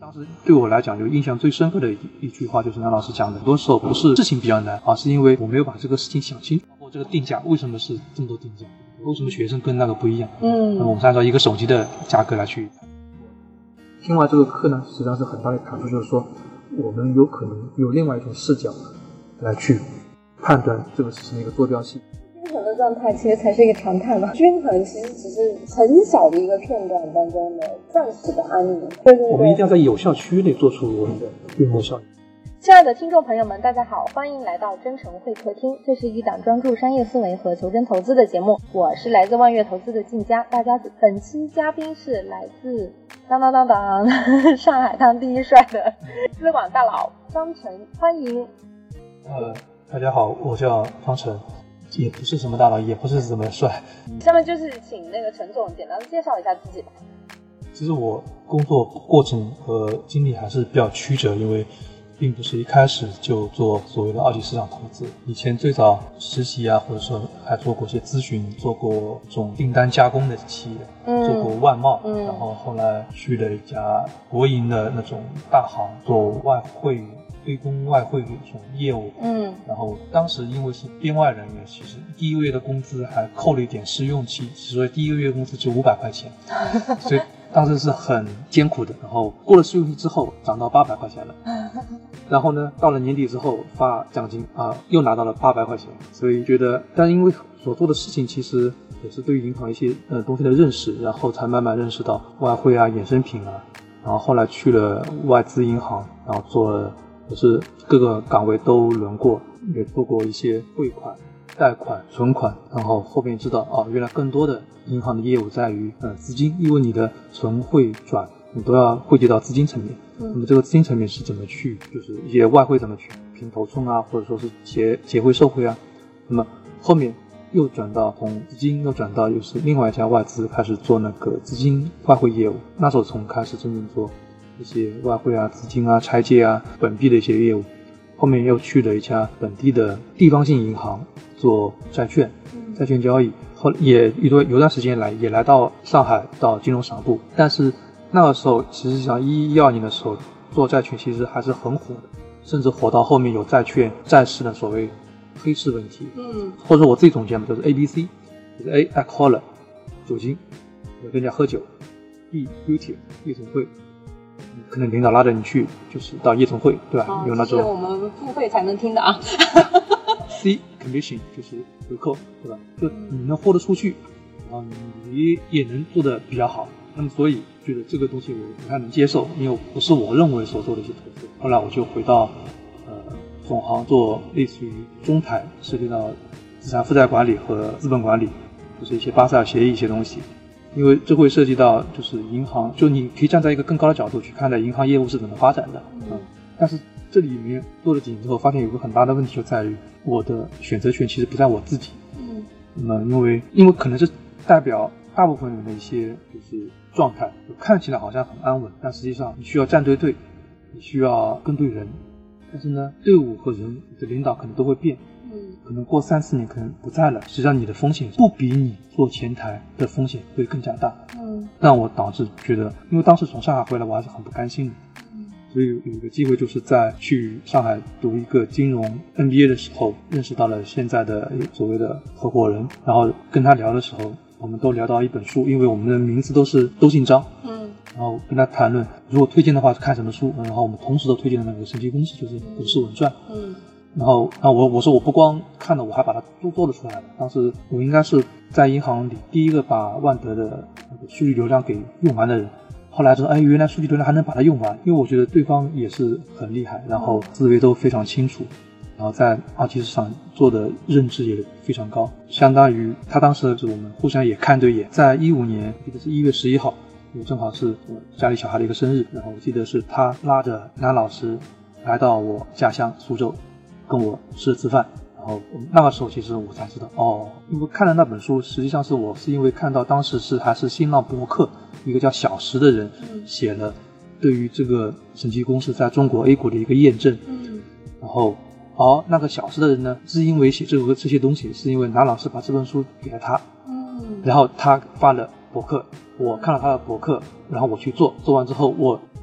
当时对我来讲就印象最深刻的一句话就是南老师讲的，很多时候不是事情比较难，而是因为我没有把这个事情想清楚，包括这个定价为什么是这么多定价，为什么学生跟那个不一样，那么我们按照一个手机的价格来去听完这个课呢，实际上是很大的感触，就是说我们有可能有另外一种视角来去判断这个事情的一个坐标系。 均衡的状态其实才是一个常态嘛，均衡其实只是很小的一个片段当中的暂时的安宁。对， 我们一定要在有效区域内做出我们的规模效应。 亲爱的听众朋友们，大家好，欢迎来到真诚会客厅，这是一档专注商业思维和求真投资的节目，我是来自万悦投资的静佳，大家本期嘉宾是来自上海滩第一帅的资管大佬张晨，欢迎。 大家好，我叫张晨，也不是什么大佬，也不是什么帅。 下面就是请那个陈总简单的介绍一下自己吧。 其实我工作过程和经历还是比较曲折，因为并不是一开始就做所谓的二级市场投资，以前最早实习啊，或者说还做过一些咨询，做过这种订单加工的企业，做过外贸，然后后来去了一家国营的那种大行做外汇推公外汇这种业务，然后当时因为是编外人员，其实第一个月的工资还扣了一点试用期，所以第一个月工资就500块钱，所以当时是很艰苦的。然后过了试用期之后涨到800块钱了，然后呢到了年底之后发奖金又拿到了800块钱，所以觉得，但因为所做的事情其实也是对于银行一些东西的认识，然后才慢慢认识到外汇啊、衍生品啊，然后后来去了外资银行，然后做了也是各个岗位都轮过，也做过一些汇款、贷款、存款，然后后面知道原来更多的银行的业务在于资金，因为你的存汇转你都要汇集到资金层面，那么这个资金层面是怎么去，就是一些外汇怎么去平头寸啊，或者说是结汇售汇啊，那么后面又转到从资金又转到又是另外一家外资开始做那个资金外汇业务，那时候从开始真正做一些外汇啊、资金啊、拆借啊、本币的一些业务，后面又去了一家本地的地方性银行做债券交易，后也有段时间也来到上海到金融商部，但是那个时候其实像12年的时候做债券其实还是很火的，甚至火到后面有债券债市的所谓黑市问题，或者说我自己总结嘛，就是 ABC， 就是 A alcohol 酒精，跟人家喝酒 ，B beauty 夜总会。可能领导拉着你去，就是到夜总会，对吧？有那种是我们付费才能听的啊。 C commission 就是回扣，对吧？就你能豁得出去，然后你也能做得比较好，那么所以觉得这个东西我不太能接受，因为不是我认为所做的一些投资。后来我就回到总行做类似于中台，涉及到资产负债管理和资本管理，就是一些巴塞尔协议一些东西。因为这会涉及到就是银行，就你可以站在一个更高的角度去看待银行业务是怎么发展的，但是这里面做了几年之后，发现有个很大的问题就在于我的选择权其实不在我自己，那么因为可能是代表大部分人的一些就是状态，看起来好像很安稳，但实际上你需要站对队，你需要跟对人，但是呢队伍和人的领导可能都会变，可能过3-4年可能不在了，实际上你的风险不比你做前台的风险会更加大，让我导致觉得，因为当时从上海回来我还是很不甘心的，所以有一个机会就是在去上海读一个金融 MBA 的时候，认识到了现在的所谓的合伙人，然后跟他聊的时候，我们都聊到一本书，因为我们的名字都姓张，然后跟他谈论如果推荐的话看什么书，然后我们同时都推荐了那个神奇公司，就是股市稳赚，然后我说我不光看了，我还把它做了出来了。当时我应该是在银行里第一个把万德的数据流量给用完的人。后来说，原来数据流量还能把它用完，因为我觉得对方也是很厉害，然后思维都非常清楚，然后在二级市场做的认知也非常高，相当于他当时我们互相也看对眼。在15年，记得是1月11号，我正好是我家里小孩的一个生日，然后我记得是他拉着南老师来到我家乡苏州。跟我吃饭，然后那个时候其实我才知道因为看了那本书，实际上是因为看到当时还是新浪博客一个叫小石的人写了对于这个神奇公司在中国 A 股的一个验证，然后那个小石的人呢是因为写这些东西，是因为南老师把这本书给了他，然后他发了博客，我看了他的博客，然后我去做完之后，我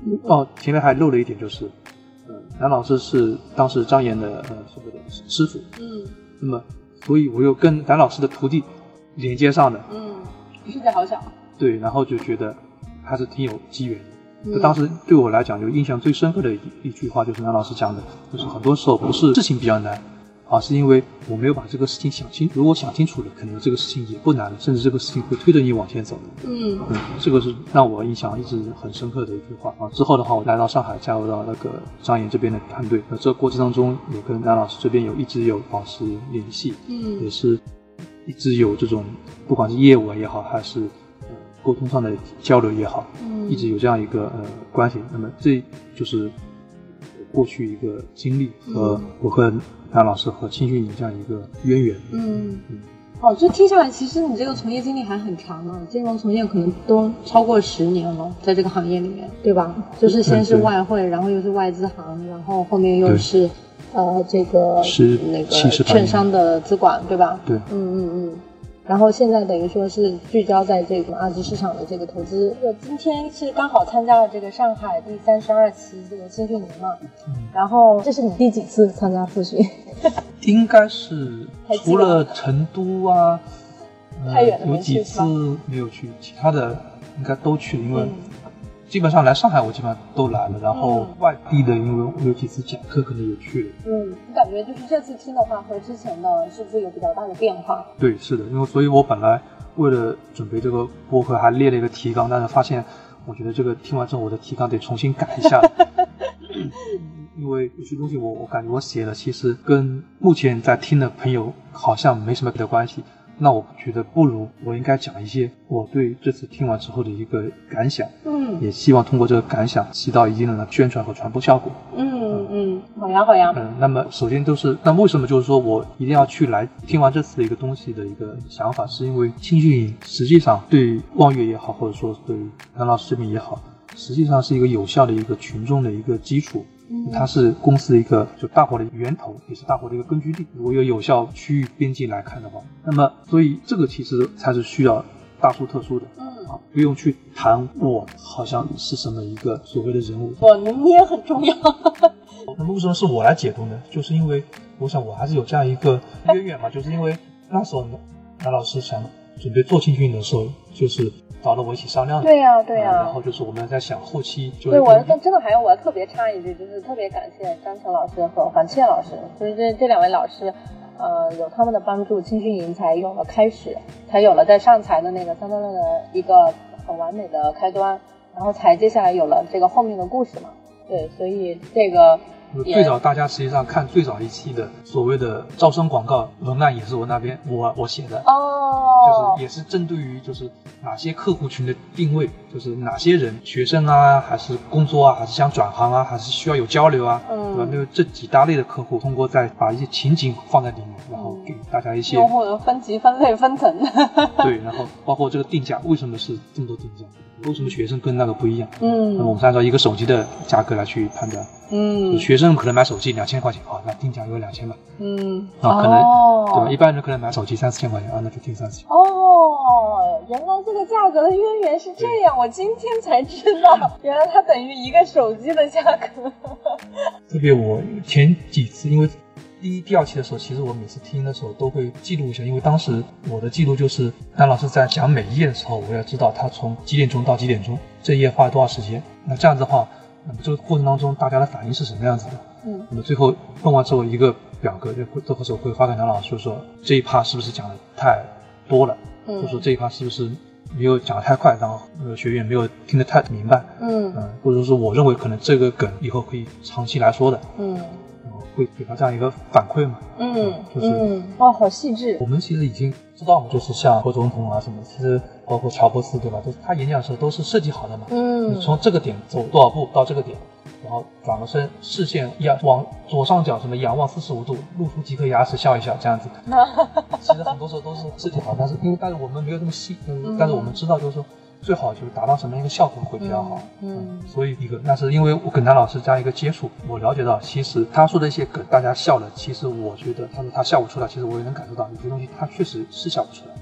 前面还漏了一点，就是南老师是当时张岩的所谓的师傅，那么所以我又跟南老师的徒弟连接上了， 世界好小， 对，然后就觉得还是挺有机缘的。就当时对我来讲，就印象最深刻的一句话就是南老师讲的，就是很多时候不是事情比较难，是因为我没有把这个事情想清楚。如果想清楚了，可能这个事情也不难了，甚至这个事情会推着你往前走的。这个是让我印象一直很深刻的一句话之后的话，我来到上海，加入到那个张岩这边的团队。这个过程当中，也跟南老师这边一直有保持联系，也是一直有这种不管是业务也好，还是沟通上的交流也好，一直有这样一个关系。那么这就是过去一个经历和我和南老师和青训营这样一个渊源。 这听下来，其实你这个从业经历还很长了，金融从业可能都超过10年了，在这个行业里面，对吧？就是先是外汇，然后又是外资行，然后后面又是这个那个券商的资管，对吧？ 对， 然后现在等于说是聚焦在这个二级市场的这个投资。今天是刚好参加了这个上海第32期这个青训营嘛，然后这是你第几次参加复训？ 应该是除了成都啊， 太远了有几次没有去，其他的应该都去了，因为基本上来上海我基本上都来了，然后外地的因为我有几次讲课可能也去了。 你感觉就是这次听的话和之前的是不是有比较大的变化？ 对，是的，因为所以我本来为了准备这个播客还列了一个提纲，但是发现我觉得这个听完之后我的提纲得重新改一下因为有些东西我感觉我写了其实跟目前在听的朋友好像没什么别的关系，那我觉得不如我应该讲一些我对这次听完之后的一个感想，也希望通过这个感想起到一定的宣传和传播效果。 好呀。 那么首先那为什么就是说我一定要去来听完这次的一个东西的一个想法，是因为青训营实际上对于望月也好，或者说对于南老师这边也好，实际上是一个有效的一个群众的一个基础。它是公司的一个就大活的源头，也是大活的一个根据地。如果有效区域边界来看的话，那么所以这个其实才是需要大书特书的，不用去谈我好像是什么一个所谓的人物。 你也很重要。 那么为什么是我来解读呢？就是因为我想我还是有这样一个渊源嘛，就是因为那时候南老师想准备做青训营的时候，就是找了我一起商量的。 对呀。 然后就是我们在想后期就对，我真的我要特别插一句，就是特别感谢张成老师和黄倩老师，就是这2位老师，有他们的帮助，青训营才有了开始，才有了在上财的那个366的一个很完美的开端，然后才接下来有了这个后面的故事嘛。对，所以这个最早大家实际上看最早一期的所谓的招生广告文案也是我那边我写的就是也是针对于就是哪些客户群的定位，就是哪些人，学生啊，还是工作啊，还是想转行啊，还是需要有交流啊，对吧？那这几大类的客户，通过再把一些情景放在里面，然后给大家一些用户的分级、分类、分层。 对，然后包括这个定价，为什么是这么多定价？为什么学生跟那个不一样？那么我们按照一个手机的价格来去判断。学生可能买手机2000块钱，那定价有2000吧。可能对吧？一般人可能买手机3、4千块钱，那就定3000。 原来这个价格的渊源是这样，我今天才知道，原来它等于一个手机的价格。 特别我前几次，因为第1、第2期的时候，其实我每次听的时候都会记录一下，因为当时我的记录就是南老师在讲每一页的时候，我要知道他从几点钟到几点钟，这一页花了多少时间。那这样子的话，那么这个过程当中大家的反应是什么样子的？那么最后弄完之后，一个表格这个时候会发给南老师，说这一趴是不是讲的太多了，或者说这一趴是不是没有讲得太快，然后学员没有听得太明白，或者说我认为可能这个梗以后可以长期来说的，会给他这样一个反馈嘛，就是好细致。 我们其实已经知道嘛，就是像何总统啊什么，其实包括乔布斯对吧，都是他演讲的时候都是设计好的嘛，你从这个点走多少步到这个点，然后转个身，视线往左上角什么仰望45度，露出几颗牙齿笑一笑，这样子。其实很多时候都是设计好，但是我们没有这么细，但是我们知道就是说最好就是达到什么样一个效果会比较好。所以那是因为我跟南老师这样一个接触，我了解到其实他说的一些梗大家笑了，其实我觉得他说他笑不出来，其实我也能感受到有些东西他确实是笑不出来。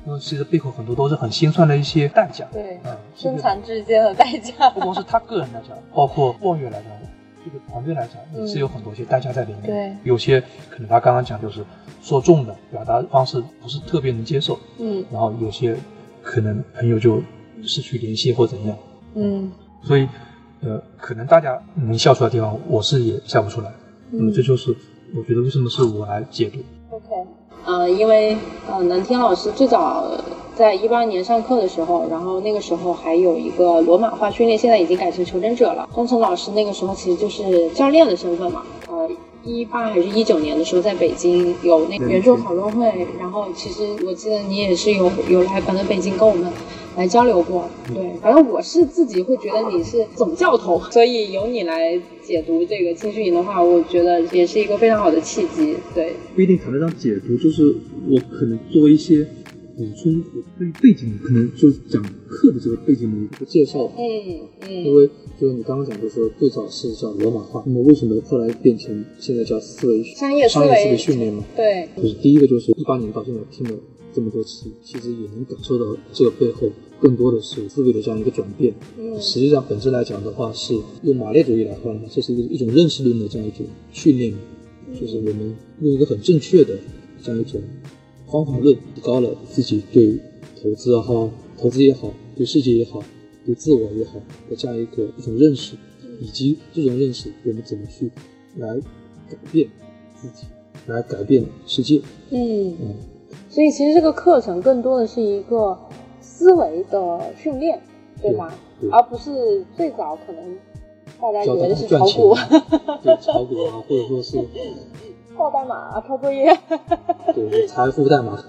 因为其实背后很多都是很心酸的一些代价。 对，生产之间的代价。 不光是他个人来讲，包括望月来讲，这个团队来讲，也是有很多些代价在里面。 对， 有些可能他刚刚讲就是说重的表达方式不是特别能接受，然后有些可能朋友就失去联系或怎样，所以可能大家能笑出来的地方，我是也笑不出来。那么这就是我觉得为什么是我来解读。 OK，因为南天老师最早在18年上课的时候，然后那个时候还有一个罗马化训练，现在已经改成求真者了。张晨老师那个时候其实就是教练的身份嘛，18还是19年的时候在北京有那个圆桌讨论会，然后其实我记得你也是有来反正北京跟我们来交流过。对，反正我是自己会觉得你是总教头，所以由你来解读这个青训营的话，我觉得也是一个非常好的契机。对， 不一定谈得上解读，就是我可能做一些补充，对于背景可能就是讲课的这个背景的一个介绍。因为就是你刚刚讲的说最早是叫罗马化，那么为什么后来变成现在叫商业思维训练嘛？ 对， 就是第一个就是18年到现在听了这么多期，其实也能感受到这个背后更多的是思维的这样一个转变。实际上本质来讲的话，是用马列主义来说呢，这是一种认识论的这样一种训练，就是我们用一个很正确的这样一种方法论，提高了自己对投资也好，对世界也好，对自我也好的这样一种认识，以及这种认识我们怎么去来改变自己，来改变世界。 所以其实这个课程更多的是一个思维的训练，对吧？而不是最早可能大家以为的是炒股， 对，炒股啊，或者说是报代码、抄作业， 对，财富代码。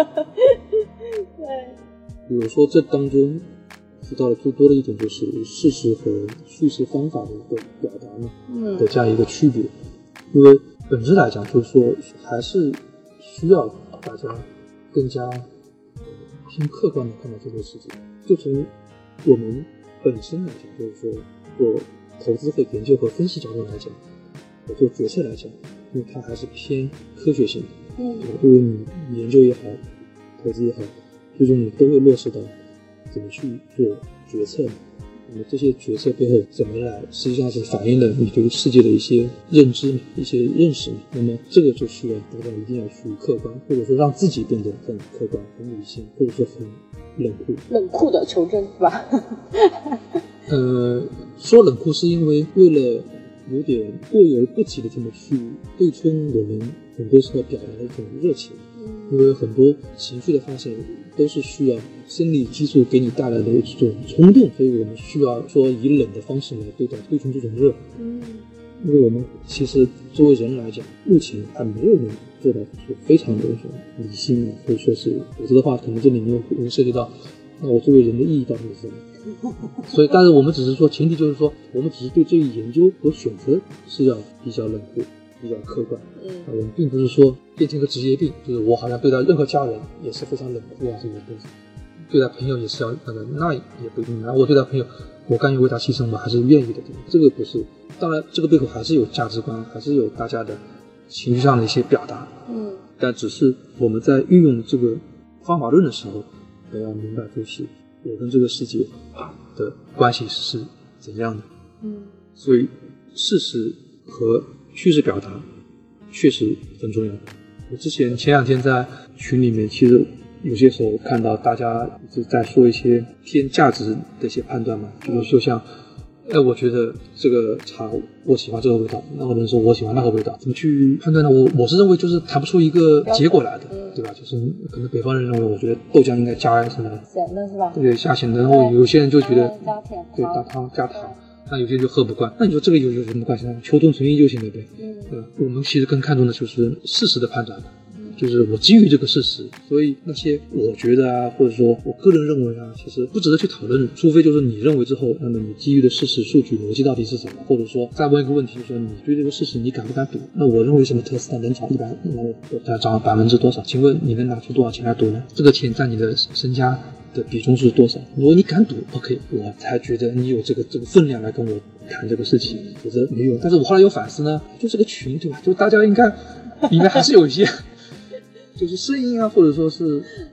对， 比如说这当中提到的最多的一点就是事实和叙事方法的一个表达呢的这样一个区别。因为本质来讲，就是说还是需要大家更加偏客观的看待这个事情。就从我们本身来讲，就是说做投资和研究和分析角度来讲，做决策来讲，因为它还是偏科学性的。对于你研究也好，投资也好，最终你都会落实到怎么去做决策。那么这些决策背后怎么来，实际上是反映了你对世界的一些认知、一些认识。那么这个就需要大家一定要去客观，或者说让自己变得很客观、很理性，或者说很冷酷的求真，是吧？ 说冷酷是因为为了有点过犹不及的这么去对冲我们很多时候表达的一种热情。因为很多情绪的发现都是需要生理激素给你带来的一种冲动，所以我们需要说以冷的方式来对冲这种热。因为我们其实作为人来讲，目前还没有人做到非常的理性啊，或者说是，否则的话可能这里面会涉及到那我作为人的意义到底是什么。所以但是我们只是说前提就是说我们只是对这一研究和选择是要比较冷酷比较客观。我们并不是说变成一个职业病，就是我好像对待任何家人也是非常冷酷啊，这个东西对待朋友也是要那也不一定。然后我对待朋友我甘于为他牺牲，我还是愿意的，对吧？这个不是，当然这个背后还是有价值观，还是有大家的情绪上的一些表达。但只是我们在运用这个方法论的时候要明白，就是我跟这个世界的关系是怎样的。所以事实和叙事表达确实很重要。我前两天在群里面，其实有些时候看到大家一直在说一些偏价值的一些判断嘛，比如说像我觉得这个茶我喜欢这个味道，那个人说我喜欢那个味道，怎么去判断呢？我是认为就是谈不出一个结果来的，对吧？就是可能北方人认为，我觉得豆浆应该加什么咸的是吧？ 对，加咸的。然后有些人就觉得加甜， 对，加糖加糖。那有些人就喝不惯，那你说这个有什么关系呢？求同存异就行了呗。对吧？我们其实更看重的就是事实的判断，就是我基于这个事实，所以那些我觉得啊，或者说我个人认为啊，其实不值得去讨论，除非就是你认为之后，那么你基于的事实、数据、逻辑到底是什么？或者说再问一个问题，就是说你对这个事实你敢不敢赌？那我认为什么特斯拉能涨涨%多少？请问你能拿出多少钱来赌呢？这个钱占你的身家的比重是多少？如果你敢赌 ，OK， 我才觉得你有这个分量来跟我谈这个事情，否则没用。但是我后来有反思呢，就这个群，对吧？就大家应该里面还是有一些就是声音啊，或者说是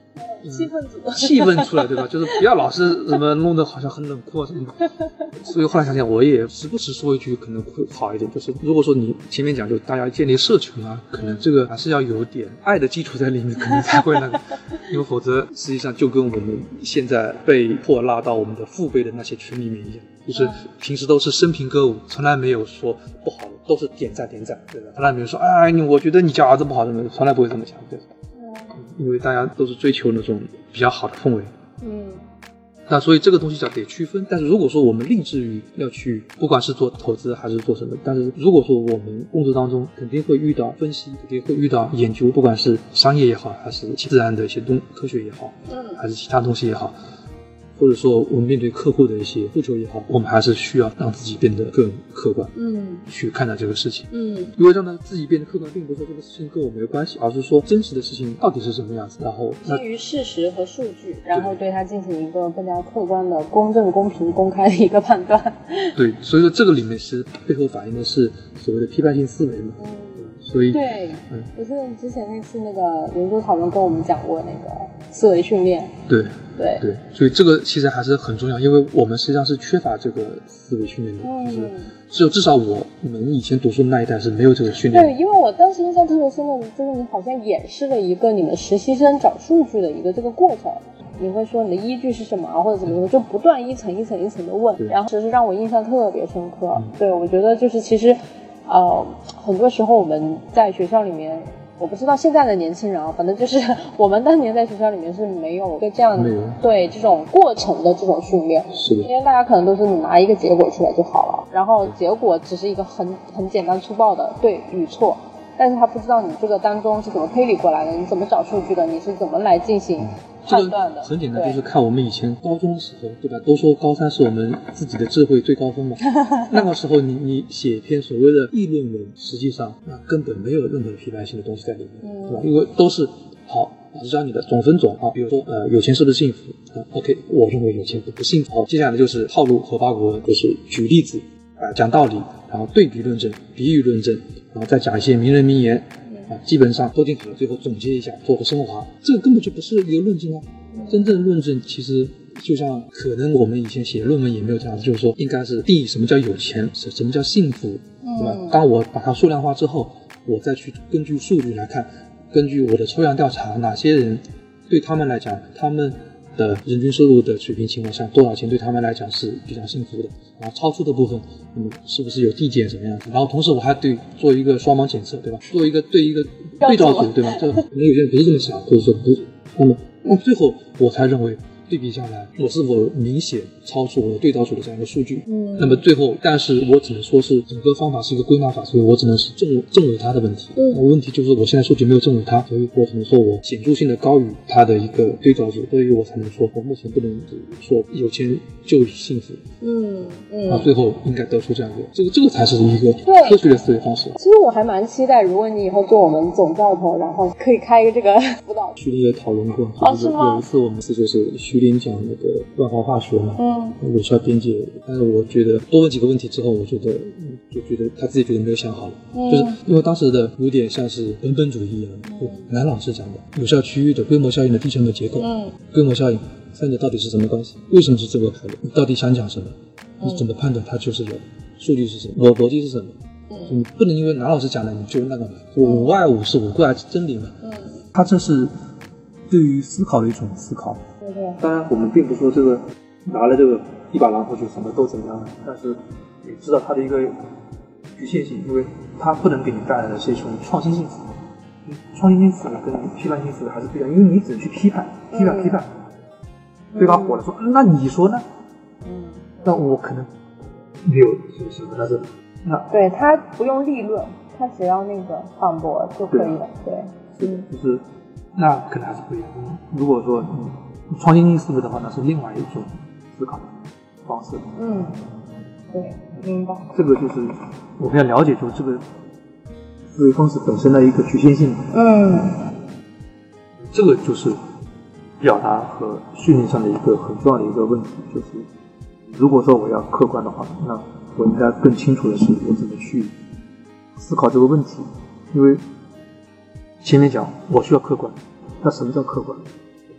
气氛组气氛出来，对吧？就是不要老是什么弄得好像很冷酷啊什么的。所以后来想想，我也时不时说一句可能会好一点，就是如果说你前面讲就大家建立社群啊，可能这个还是要有点爱的基础在里面，可能才会那个，因为否则实际上就跟我们现在被迫拉到我们的父辈的那些群里面一样，就是平时都是生平歌舞，从来没有说不好的，都是点赞，对吧？从来没有说哎，我觉得你家儿子不好，从来不会这么想，对吧？因为大家都是追求那种比较好的氛围。那所以这个东西叫得区分。但是如果说我们立志于要去，不管是做投资还是做什么，但是如果说我们工作当中肯定会遇到分析，肯定会遇到研究，不管是商业也好，还是自然的一些科学也好，还是其他东西也好，或者说我们面对客户的一些诉求也好，我们还是需要让自己变得更客观，去看待这个事情，因为让他自己变得客观，并不是说这个事情跟我没有关系，而是说真实的事情到底是什么样子，然后基于事实和数据，然后对它进行一个更加客观的、公正、公平、公开的一个判断。 对，所以说这个里面是背后反映的是所谓的批判性思维嘛。所以对，不是之前那次那个研究讨论跟我们讲过那个思维训练。对， 所以这个其实还是很重要，因为我们实际上是缺乏这个思维训练的，就是至少我们以前读书的那一代是没有这个训练的。 对，因为我当时印象特别深的就是你好像演示了一个你们实习生找数据的一个这个过程。你会说你的依据是什么啊，或者怎么说，就不断一层一层一层的问，然后其实让我印象特别深刻。对，我觉得就是其实很多时候我们在学校里面，我不知道现在的年轻人啊，反正就是我们当年在学校里面是没有对这样对这种过程的这种训练， 是的， 因为大家可能都是拿一个结果出来就好了，然后结果只是一个很简单粗暴的对与错，但是他不知道你这个当中是怎么推理过来的，你怎么找数据的，你是怎么来进行判断的。 很简单，就是看我们以前高中的时候，对吧？都说高三是我们自己的智慧最高峰嘛。那个时候你写一篇所谓的议论文，实际上那根本没有任何批判性的东西在里面，对吧？因为都是好，老师教你的总分总啊，比如说有钱是不是幸福？OK， 我认为有钱不幸福。好，接下来就是套路合法国文，就是举例子讲道理，然后对比论证、比喻论证，然后再讲一些名人名言。基本上都定好了，最后总结一下，做个升华，这个根本就不是一个论证啊！真正论证其实就像可能我们以前写论文也没有这样子，就是说应该是定义什么叫有钱，什么叫幸福，对吧？当我把它数量化之后，我再去根据数据来看，根据我的抽样调查，哪些人对他们来讲，他们的人均收入的水平情况下，多少钱对他们来讲是比较幸福的，然后超出的部分是不是有递减什么样子，然后同时我还对做一个双盲检测，对吧？做一个对照组，对吧？这可能有些人不是这么想，或者说不是，那最后我才认为对比下来，我是否明显超出我的对照组的这样一个数据。那么最后，但是我只能说是整个方法是一个归纳法，所以我只能是正伪它的问题。那问题就是我现在数据没有正伪它，所以我只能说我显著性的高于它的一个对照组，所以我才能说我目前不能说有钱就幸福。最后应该得出这样一个，这个才是一个科学的思维方式。 其实我还蛮期待，如果你以后做我们总教头，然后可以开一个这个辅导。 徐林也讨论过，就是有一次我们就是徐林讲那个万华化学嘛，有效边界，但是我觉得多问几个问题之后，我觉得他自己觉得没有想好了，就是因为当时的有点像是本主义一样，南老师讲的有效区域的规模效应的低成本结构，规模效应三者到底是什么关系？为什么是这个排列？你到底想讲什么？你怎么判断它就是有？数据是什么？逻辑是什么？你不能因为南老师讲的你就那个嘛，五外五是五个真理嘛。他这是对于思考的一种思考。当然我们并不说这个拿了这个一把榔头就什么都怎么样了，但是也知道它的一个局限性，因为它不能给你带来的是一种创新性思维。创新性思维跟批判性思维还是不一样，因为你只能去批判，对方火了说那你说呢？那我可能没有什么在这里。 对，他不用立论，他只要那个反驳就可以了。对， 就是那可能还是不一样。如果说创新性思维的话，那是另外一种思考方式。 对，明白。 这个就是我们要了解，就是这个思维方式本身的一个局限性。这个就是表达和训练上的一个很重要的一个问题，就是如果说我要客观的话，那我应该更清楚的是我怎么去思考这个问题。因为前面讲我需要客观，那什么叫客观？我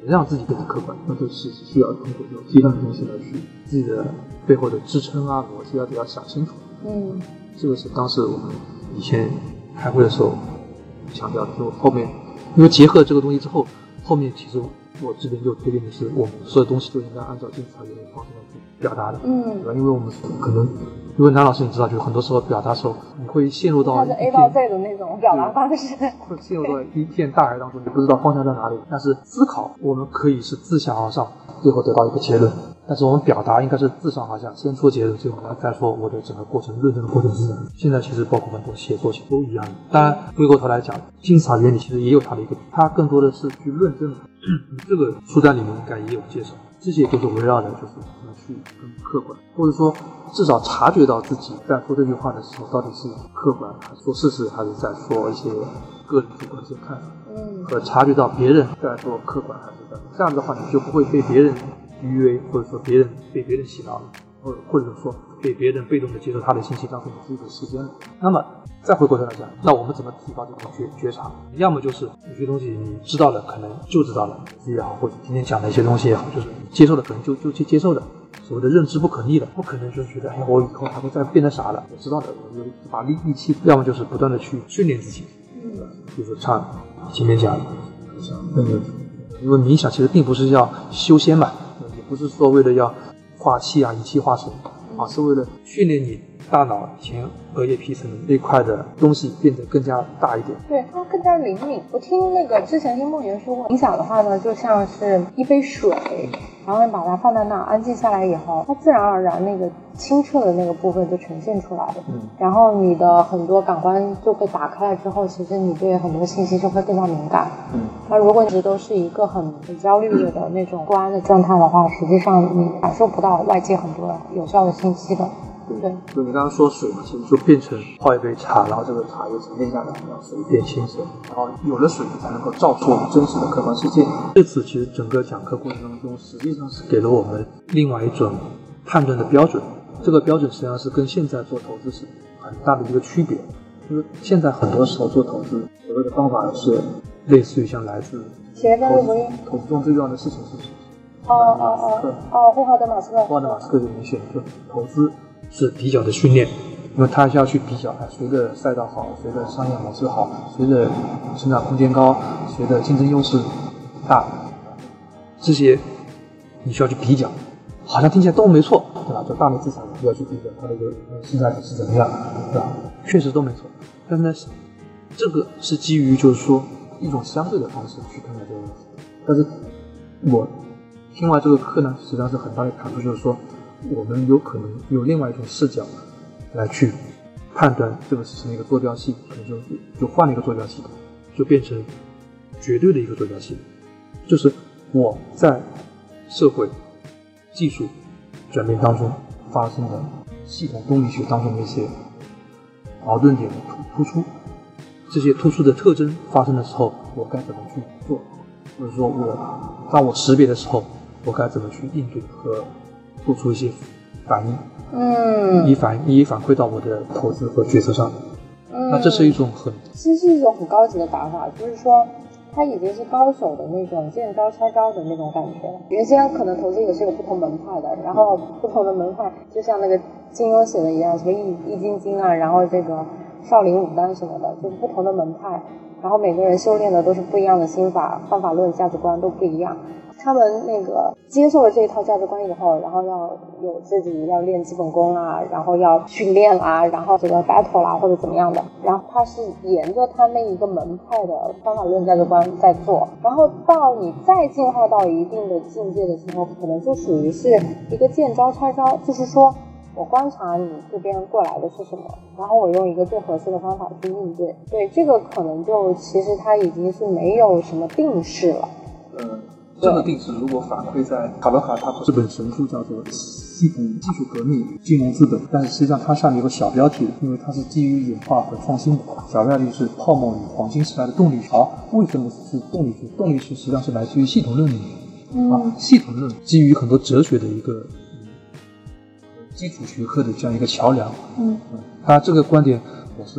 让自己变得客观，那这是需要通过有批判的东西来去自己的背后的支撑啊逻辑啊都要想清楚。这个是当时我们以前开会的时候强调的。就后面因为结合这个东西之后，后面其实我这边就推荐的是我们所有东西都应该按照经济法原理的方式来去表达的，对吧？因为我们可能因为南老师你知道，就是很多时候表达的时候你会陷入到它是 A 到 Z 的那种表达方式， 会陷入到一片大海当中，你不知道方向在哪里。但是思考我们可以是自下而上，最后得到一个结论，但是我们表达应该是自上而下，先说结论，最后再说我的整个过程，论证的过程是什么。现在其实包括很多写作其实都一样的。当然回过头来讲，经济法原理其实也有它的一个，它更多的是去论证的，这个书单里面应该也有介绍。这些都是围绕着就是怎么去更客观，或者说至少察觉到自己在说这句话的时候到底是客观还是说事实，还是在说一些个人主观的一些看法，和察觉到别人在说客观还是在这样的话，你就不会被别人迂回，或者说被别人洗脑，或者说被别人被动的接受他的信息当成你自己的时间了。那么再回过头来讲，那我们怎么提高这种觉察？要么就是有些东西你知道了，可能就知道了也好，或者今天讲的一些东西也好，就是接受的可能就去接受的。所谓的认知不可逆的，不可能就是觉得我以后还会再变得傻了。我知道的，我就把力气，要么就是不断的去训练自己，就是像前面讲的，因为冥想其实并不是要修仙嘛，也不是说为了要化气啊以气化神啊，是为了训练你大脑前额叶皮层那块的东西变得更加大一点， 对，它更加灵敏。我听之前听梦圆说过，冥想的话呢，就像是一杯水，然后你把它放在那安静下来以后，它自然而然那个清澈的那个部分就呈现出来了。然后你的很多感官就被打开了之后，其实你对很多信息就会更加敏感。那如果你一直都是一个很焦虑的那种不安的状态的话，实际上你感受不到外界很多有效的信息的。对， 就你刚刚说水嘛，其实就变成泡一杯茶，然后这个茶又沉淀下来，让水变清澈，然后有了水才能够照出我们真实的客观世界。这次其实整个讲课过程当中，实际上是给了我们另外一种判断的标准，这个标准实际上是跟现在做投资是很大的一个区别。就是现在很多时候做投资，所谓的方法是类似于像来自投资中最重要的事情是什么？ 霍华德马斯克里面选就投资是比较的训练，因为他需要去比较，谁的赛道好，谁的商业模式好，谁的成长空间高，谁的竞争优势大，这些你需要去比较，好像听起来都没错，对吧？就大类资产需要去比较它的一个市价比是怎么样，对吧？确实都没错，但是呢，这个是基于就是说一种相对的方式去看待这个问题。但是我听完这个课呢，实际上是很大的感触，就是说我们有可能有另外一种视角来去判断这个事情的一个坐标系，可能就换了一个坐标系统，就变成绝对的一个坐标系统，就是我在社会技术转变当中发生的系统动力学当中的一些矛盾点的突出，这些突出的特征发生的时候，我该怎么去做，或者说当我识别的时候，我该怎么去应对和做出一些反应，以反馈到我的投资和决策上。那这是一种其实是一种很高级的打法，就是说它已经是高手的那种见招拆招的那种感觉了。原先可能投资也是有不同门派的，然后不同的门派就像那个金庸写的一样，什么易筋经啊，然后这个少林武丹什么的，就是不同的门派，然后每个人修炼的都是不一样的心法、方法论、价值观都不一样。他们那个接受了这一套价值观以后，然后要有自己要练基本功啊，然后要训练啊，然后这个 battle 啦或者怎么样的，然后他是沿着他那一个门派的方法论价值观在做，然后到你再进化到一定的境界的时候，可能就属于是一个见招拆招，就是说我观察你这边过来的是什么，然后我用一个最合适的方法去应对。对，这个可能就其实它已经是没有什么定式了。 这个定式如果反馈在卡罗卡他这本神书叫做《系统技术革命金融资本》，但是实际上它下面有个小标题，因为它是基于演化和创新的。小标题是泡沫与黄金时代的动力学。为什么是动力学？动力学实际上是来自于系统论里面。系统论基于很多哲学的一个基础学科的这样一个桥梁。它这个观点我是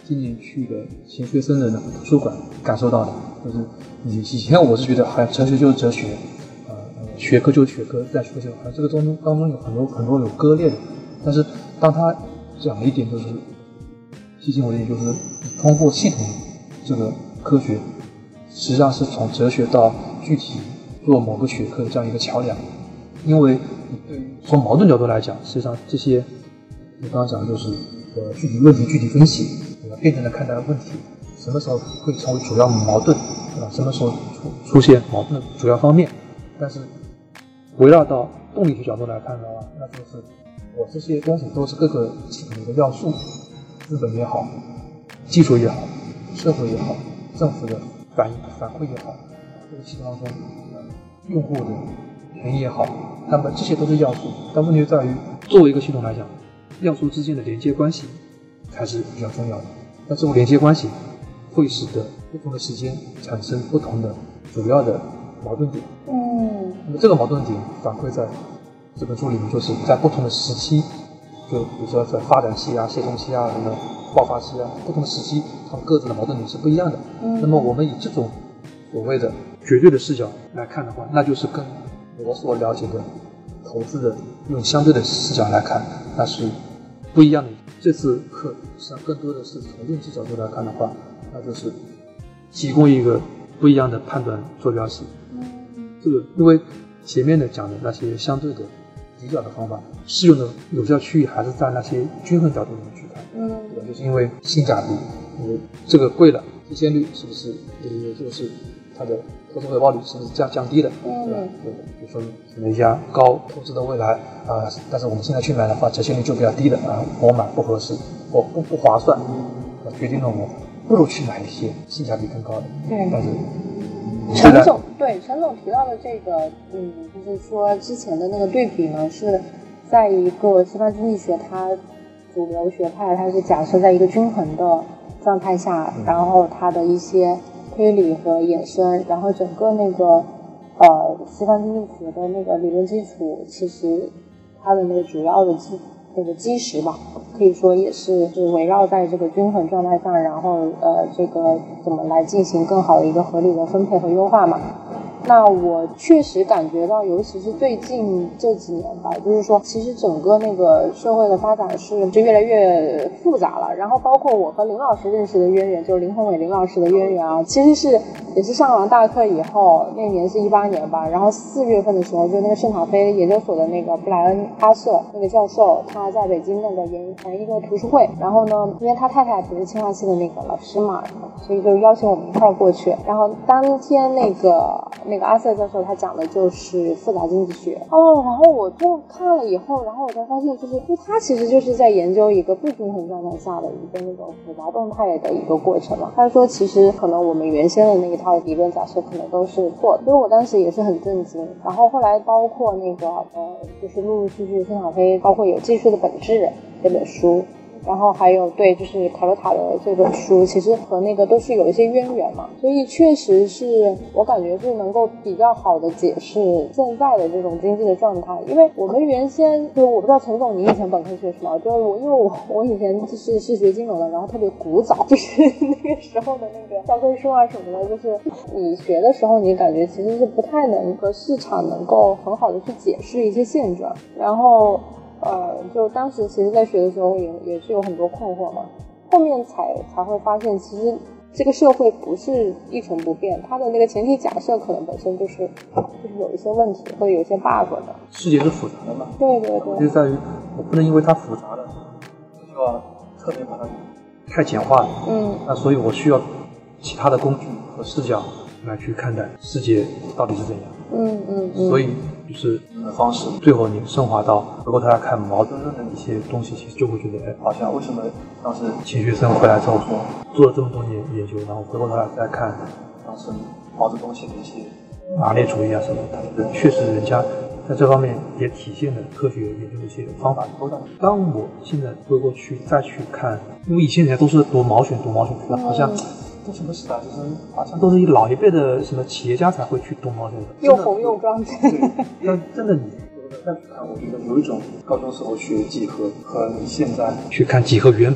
今年去的钱学森的那个图书馆感受到的，就是以前我是觉得好像哲学就是哲学，学科就是学科，在学科好像这个当中有很多有割裂的，但是当他讲了一点，就是提醒我的一点，就是通过系统这个科学，实际上是从哲学到具体做某个学科的这样一个桥梁。因为从矛盾角度来讲，实际上这些我刚刚讲的就是具体问题具体分析，辩证的看待问题，什么时候会成为主要矛盾，对吧？什么时候出现矛盾的主要方面。但是围绕到动力学角度来看的话，那就是我这些东西都是各个系统的一个要素，资本也好，技术也好，社会也好，政府的反馈也好，这个系统当中用户的权益也好，那么这些都是要素。但问题在于，作为一个系统来讲，要素之间的连接关系才是比较重要的。那这种连接关系会使得不同的时间产生不同的主要的矛盾点。那么这个矛盾点反馈在这本书里面，就是在不同的时期，就比如说在发展期啊、协同期啊、什么爆发期啊，不同的时期，它们各自的矛盾点是不一样的。那么我们以这种所谓的绝对的视角来看的话，那就是跟我所了解的投资的用相对的视角来看，那是不一样的。这次课实际上更多的是从认知角度来看的话，那就是提供一个不一样的判断坐标系。这个因为前面的讲的那些相对的比较的方法，适用的有效区域还是在那些均衡角度里面去看。就是因为性价比，因为这个贵了，提现率是不是也就是它的投资回报率是不是降低了？对吧？比如说哪一家高投资的未来但是我们现在去买的话，折现率就比较低了我买不合适，我不划算，决定了我不如去买一些性价比更高的。但是陈总提到的这个，就是说之前的那个对比呢，是在一个西方经济学它主流学派，它是假设在一个均衡的状态下，然后它的一些推理和衍生，然后整个那个西方经济学的那个理论基础，其实它的那个主要的基石吧，可以说也是围绕在这个均衡状态上，然后这个怎么来进行更好的一个合理的分配和优化嘛。那我确实感觉到，尤其是最近这几年吧，就是说其实整个那个社会的发展是越来越复杂了，然后包括我和林老师认识的渊源，就是林宏伟林老师的渊源啊，其实也是上完大课以后，那年是18年吧，然后4月份的时候，就那个圣塔菲研究所的那个布莱恩阿瑟那个教授，他在北京那个研一个图书会，然后呢，因为他太太不是清华系的那个老师嘛，所以就邀请我们一块儿过去，然后当天那个阿瑟教授他讲的就是复杂经济学然后我就看了以后，然后我才发现，就是他其实就是在研究一个不均衡状态下的一个那种复杂动态的一个过程嘛。他说其实可能我们原先的那一套理论假设可能都是错的，所以我当时也是很震惊。然后后来包括那个就是陆陆续续圣塔菲包括有技术的本质这本书，然后还有就是卡罗塔的这本书，其实和那个都是有一些渊源嘛，所以确实是我感觉是能够比较好的解释现在的这种经济的状态。因为我们原先就我不知道陈总你以前本科学什么，就是因为我以前是学金融的，然后特别古早，就是那个时候的那个教科书啊什么的，就是你学的时候你感觉其实是不太能和市场能够很好的去解释一些现状，然后就当时其实在学的时候也是有很多困惑嘛，后面才会发现其实这个社会不是一成不变，它的那个前提假设可能本身就是有一些问题或者有一些 bug 的。 世界是复杂的嘛， 对， 就在于我不能因为它复杂了我就要特别把它太简化了，那所以我需要其他的工具和视角来去看待世界到底是怎样。所以就是方式，最后你升华到回过头来看矛盾论的一些东西，其实就会觉得好像为什么当时钱学森回来之后说做了这么多年研究，然后回过头来再看当时毛泽东写的一些马列主义啊什么的，确实人家在这方面也体现了科学研究的一些方法多的。当我现在回过去再去看，因为以前人家都是读毛选，好像都什么时代，就是好像都是老一辈的什么企业家才会去读毛选的， 又红又壮。 对，但真的你再去看，我觉得有一种高中时候学几何和你现在去看几何原本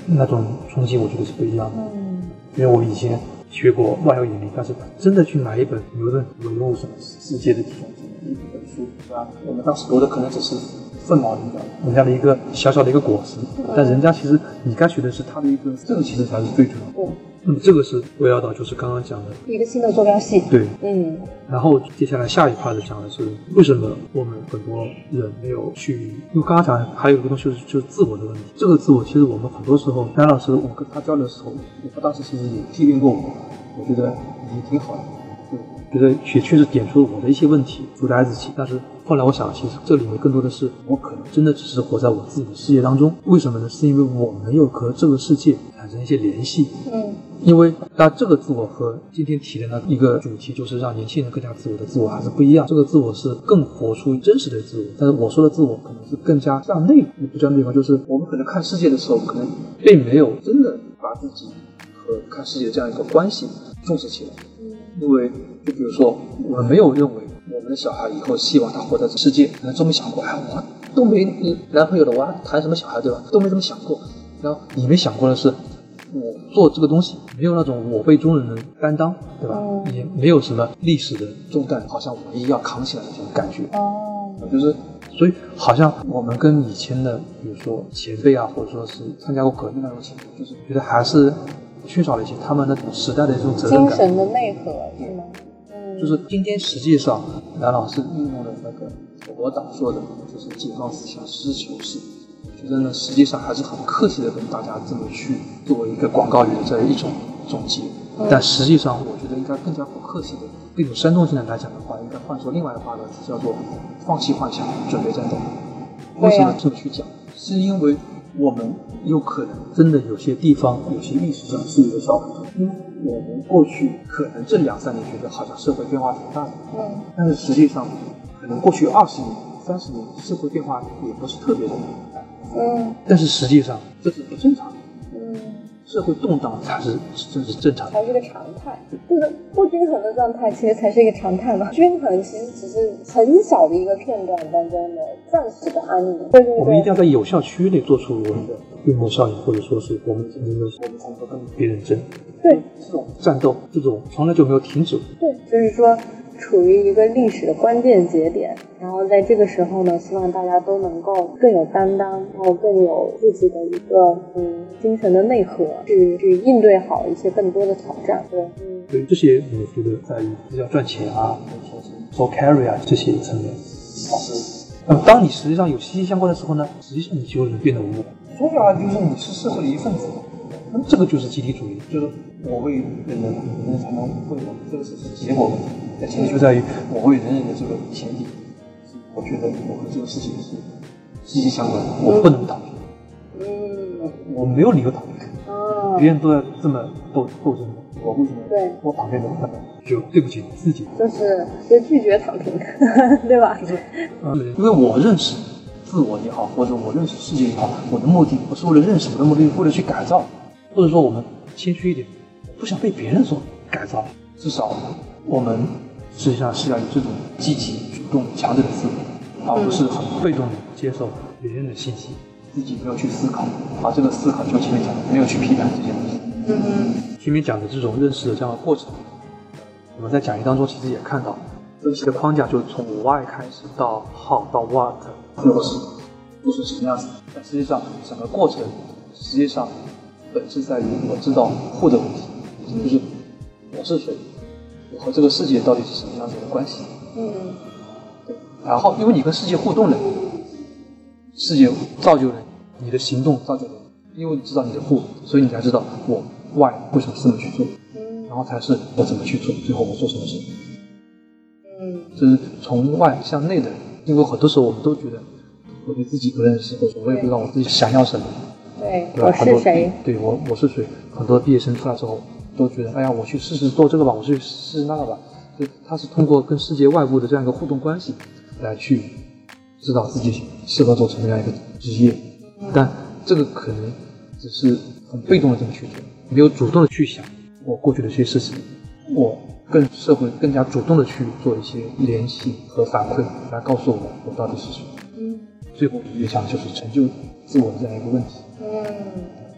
那种冲击我觉得是不一样的。因为我以前学过万有引力，但是真的去买一本牛顿文物什么世界的体重一本书，对吧？我们当时读的可能只是凤毛麟角，人家的一个小小的一个果实，但人家其实你该学的是它的一个，这个其实才是最主要的。那么这个是围绕到就是刚刚讲的一个新的坐标系。 对，然后接下来下一 part 讲的是为什么我们很多人没有去，因为刚刚讲还有一个东西就是自我的问题。这个自我其实我们很多时候，梁老师我跟他交流的时候，他当时其实也批评过我觉得也挺好的，对，觉得也确实点出了我的一些问题，阻碍自己。但是后来我想，其实这里面更多的是我可能真的只是活在我自己的世界当中。为什么呢？是因为我没有和这个世界产生一些联系。因为那这个自我和今天提的那一个主题，就是让年轻人更加自我的自我还是不一样。这个自我是更活出真实的自我，但是我说的自我可能是更加向内，不叫内方，就是我们可能看世界的时候，可能并没有真的把自己和看世界这样一个关系重视起来。因为就比如说，我们没有认为我们的小孩以后希望他活在这世界，可能都没想过，我都没男朋友了，我还谈什么小孩，对吧？都没这么想过。然后你没想过的是，我做这个东西没有那种我辈中人的担当，对吧？也没有什么历史的重担，好像唯一要扛起来的这种感觉。就是所以好像我们跟以前的，比如说前辈啊，或者说是参加过革命那种前辈，就是觉得还是缺少了一些他们那种时代的一种责任感、 精神的内核，是吗？ 就是今天实际上梁老师运用的那个我党说的，就是解放思想，实事求是。我觉得呢，实际上还是很客气的跟大家这么去作为一个广告语的这一种总结。但实际上，我觉得应该更加不客气的、更有煽动性的来讲的话，应该换作另外一个八个字，叫做“放弃幻想，准备战斗”。为什么这么去讲？是因为我们有可能真的有些地方、有些历史上是有个小不同，因为我们过去可能这2-3年觉得好像社会变化挺大的，但是实际上可能过去20年、30年社会变化也不是特别的大，但是实际上这是不正常的。社会动荡才是正常的， 才是个常态。就是不均衡的状态，其实才是一个常态嘛。均衡其实只是很小的一个片段当中的暂时的安宁。对， 我们一定要在有效区域内做出我们的规模效应，或者说是我们竞争优势，我们才能够跟别人争。 对， 这种战斗，这种从来就没有停止。 对，就是说处于一个历史的关键节点，然后在这个时候呢，希望大家都能够更有担当，然后更有自己的一个精神的内核，去应对好一些更多的挑战。 对，这些我觉得在于要赚钱啊，或者说是做 carry 啊这些层面。当你实际上有息息相关的时候呢，实际上你就能变得无我。说白了就是你是社会的一份子。那么这个就是集体主义，就是我为人人，人才能为我，这个是结果问题。但前提就在于我为人人的这个前提，我觉得我和这个事情是息息相关的，我不能逃避。我没有理由逃避。别人都在这么斗争的，我为什么我旁边的就对不起自己？ 就是拒绝躺平，对吧？ 就是因为我认识自我也好，或者我认识世界也好，我的目的不是为了认识，我的目的是为了去改造。或者说我们谦虚一点，不想被别人所改造，至少我们实际上是要有这种积极、主动、强烈的思维，而不是很被动的接受别人的信息，自己没有去思考，而这个思考就前面讲的没有去批判这些东西。前面讲的这种认识的这样的过程，我们在讲义当中其实也看到，分析的框架就是从 why 开始到 how 到 what， 最后是做成什么样子。但实际上整个过程实际上本质在于我知道who的问题，就是我是谁，我和这个世界到底是什么样子的关系。对。然后因为你跟世界互动了，世界造就了你的行动，造就了你，因为你知道你的who，所以你才知道我 why 为什么这么去做，然后才是我怎么去做，最后我做什么事。这是从外向内的，因为很多时候我们都觉得我对自己不认识，或者我也不知道我自己想要什么。 对，我是谁？ 对，我是谁？很多毕业生出来之后都觉得，哎呀，我去试试做这个吧，我去试试那个吧。就他是通过跟世界外部的这样一个互动关系来去知道自己适合做什么样一个职业，但这个可能只是很被动的这么去做，没有主动的去想我过去的这些事情，我跟社会更加主动的去做一些联系和反馈，来告诉我到底是谁。最后也想就是成就自我的这样一个问题。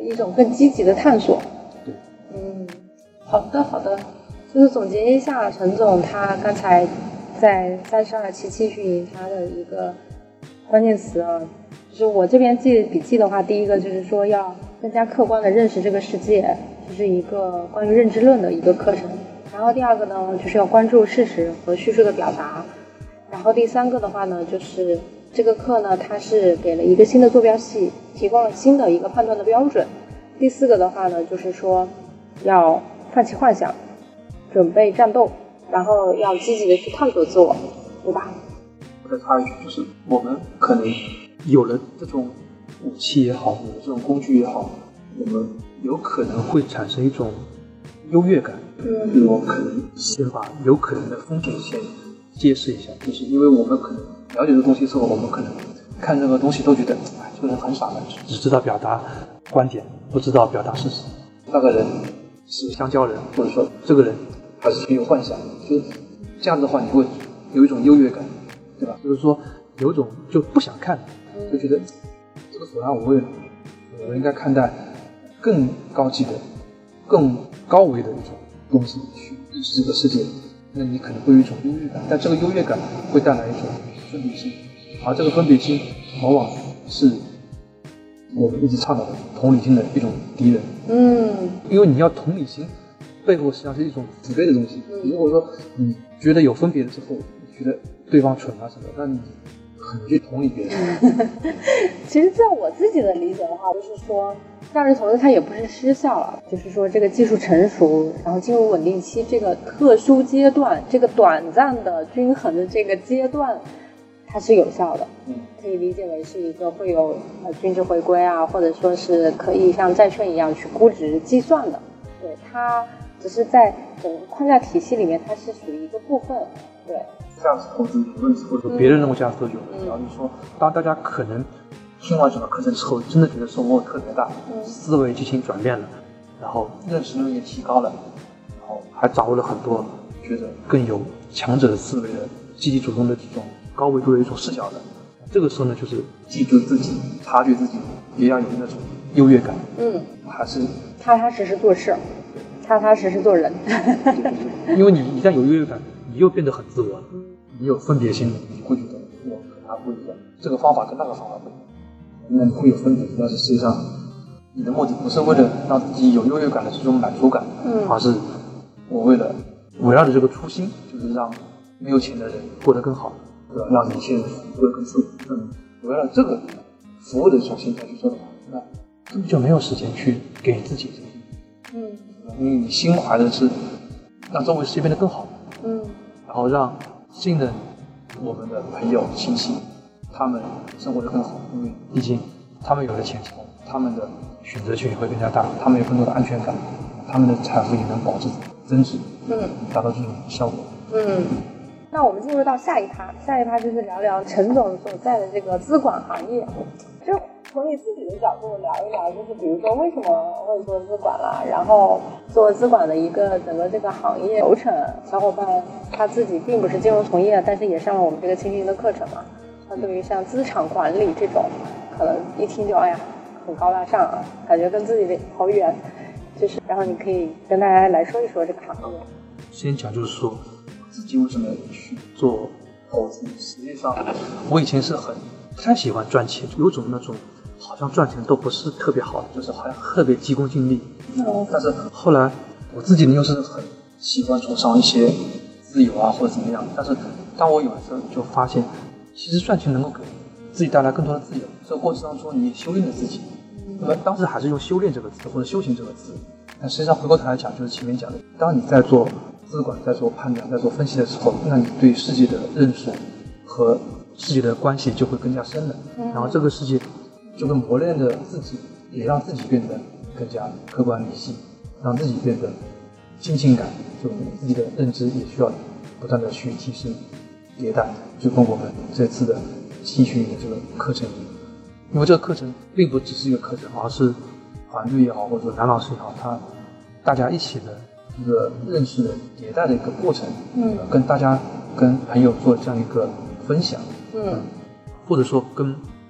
一种更积极的探索。 对， 好的，就是总结一下陈总他刚才在32期期许营他的一个关键词啊，就是我这边记笔记的话，第一个就是说要更加客观的认识这个世界，就是一个关于认知论的一个课程。然后第二个呢，就是要关注事实和叙述的表达。然后第三个的话呢，就是这个课呢，它是给了一个新的坐标系，提供了新的一个判断的标准。第四个的话呢，就是说要放弃幻想，准备战斗，然后要积极的去探索自我，对吧？ 我再插一句，就是我们可能有了这种武器也好，有了这种工具也好，我们有可能会产生一种优越感。就是我们可能先把有可能的风险先揭示一下，就是因为我们可能了解这个东西之后，我们可能看这个东西都觉得，这个人很傻的，只知道表达观点，不知道表达事实。那个人是香蕉人，或者说这个人还是挺有幻想的，就是这样的话，你会有一种优越感，对吧？就是说有一种就不想看，就觉得这个所当无味了，我应该看待更高级的、更高维的一种东西去认识这个世界。那你可能会有一种优越感，但这个优越感会带来一种分别心，而这个分别心往往是我们一直倡导的同理心的一种敌人。因为你要同理心背后实际上是一种慈悲的东西。如果说你觉得有分别之后，你觉得对方蠢啊什么，那你很难去同理别人。 其实在我自己的理解的话，就是说让人同志它也不是失效了，就是说这个技术成熟，然后进入稳定期这个特殊阶段，这个短暂的均衡的这个阶段，它是有效的。可以理解为是一个会有均值回归啊，或者说是可以像债券一样去估值计算的。对，它只是在整个框架体系里面，它是属于一个部分。对， 价值投资有问题，或者说别人认为价值投资有问题，然后就是说，当大家可能听完整个课程之后，真的觉得收获特别大，思维进行转变了，然后认识能力也提高了，然后还掌握了很多觉得更有强者的思维的、积极主动的这种高维度的一种视角的。这个时候呢，就是记住自己，察觉自己，也要有那种优越感。还是踏踏实实做事，踏踏实实做人。 因为你一旦有优越感，你又变得很自我了，你有分别心了，你会觉得我跟他不一样，这个方法跟那个方法不一样，那你会有分别。但是实际上，你的目的不是为了让自己有优越感的这种满足感，而是我为了围绕着这个初心，就是让没有钱的人过得更好，对吧？让年轻人过得更自由。围绕这个服务的这种心态去做的话，那根本就没有时间去给自己。因为你心怀的是让周围世界变得更好，然后让新的我们的朋友亲戚他们生活得更好，因为毕竟他们有了钱之后，他们的选择权也会更加大，他们有更多的安全感，他们的财富也能保值增值，达到这种效果。 那我们进入到下一趴就是聊聊陈总所在的这个资管行业，就从你自己的角度聊一聊，就是比如说为什么会做资管啦，然后做资管的一个整个这个行业流程。小伙伴他自己并不是金融从业，但是也上了我们这个青训的课程嘛。他对于像资产管理这种，可能一听就很高大上啊，感觉跟自己好远。就是然后你可以跟大家来说一说这个行业。 先讲就是说自己为什么去做投资。实际上我以前是不太喜欢赚钱，有种那种好像赚钱都不是特别好的，就是好像特别急功近利。但是后来我自己呢又是很喜欢崇尚一些自由啊或者怎么样，但是当我有的时候就发现，其实赚钱能够给自己带来更多的自由，这个过程当中你修炼了自己。那么当时还是用修炼这个词或者修行这个词，但实际上回过头来讲，就是前面讲的，当你在做资管、在做判断、在做分析的时候，那你对世界的认识和世界的关系就会更加深了，然后这个世界就会磨练着自己，也让自己变得更加客观理性，让自己变得精进感，就自己的认知也需要不断的去提升迭代，就跟我们这次的期训的这个课程，因为这个课程并不只是一个课程，而是团队也好，或者说男老师也好，大家一起的一个认识迭代的一个过程，跟大家跟朋友做这样一个分享，或者说跟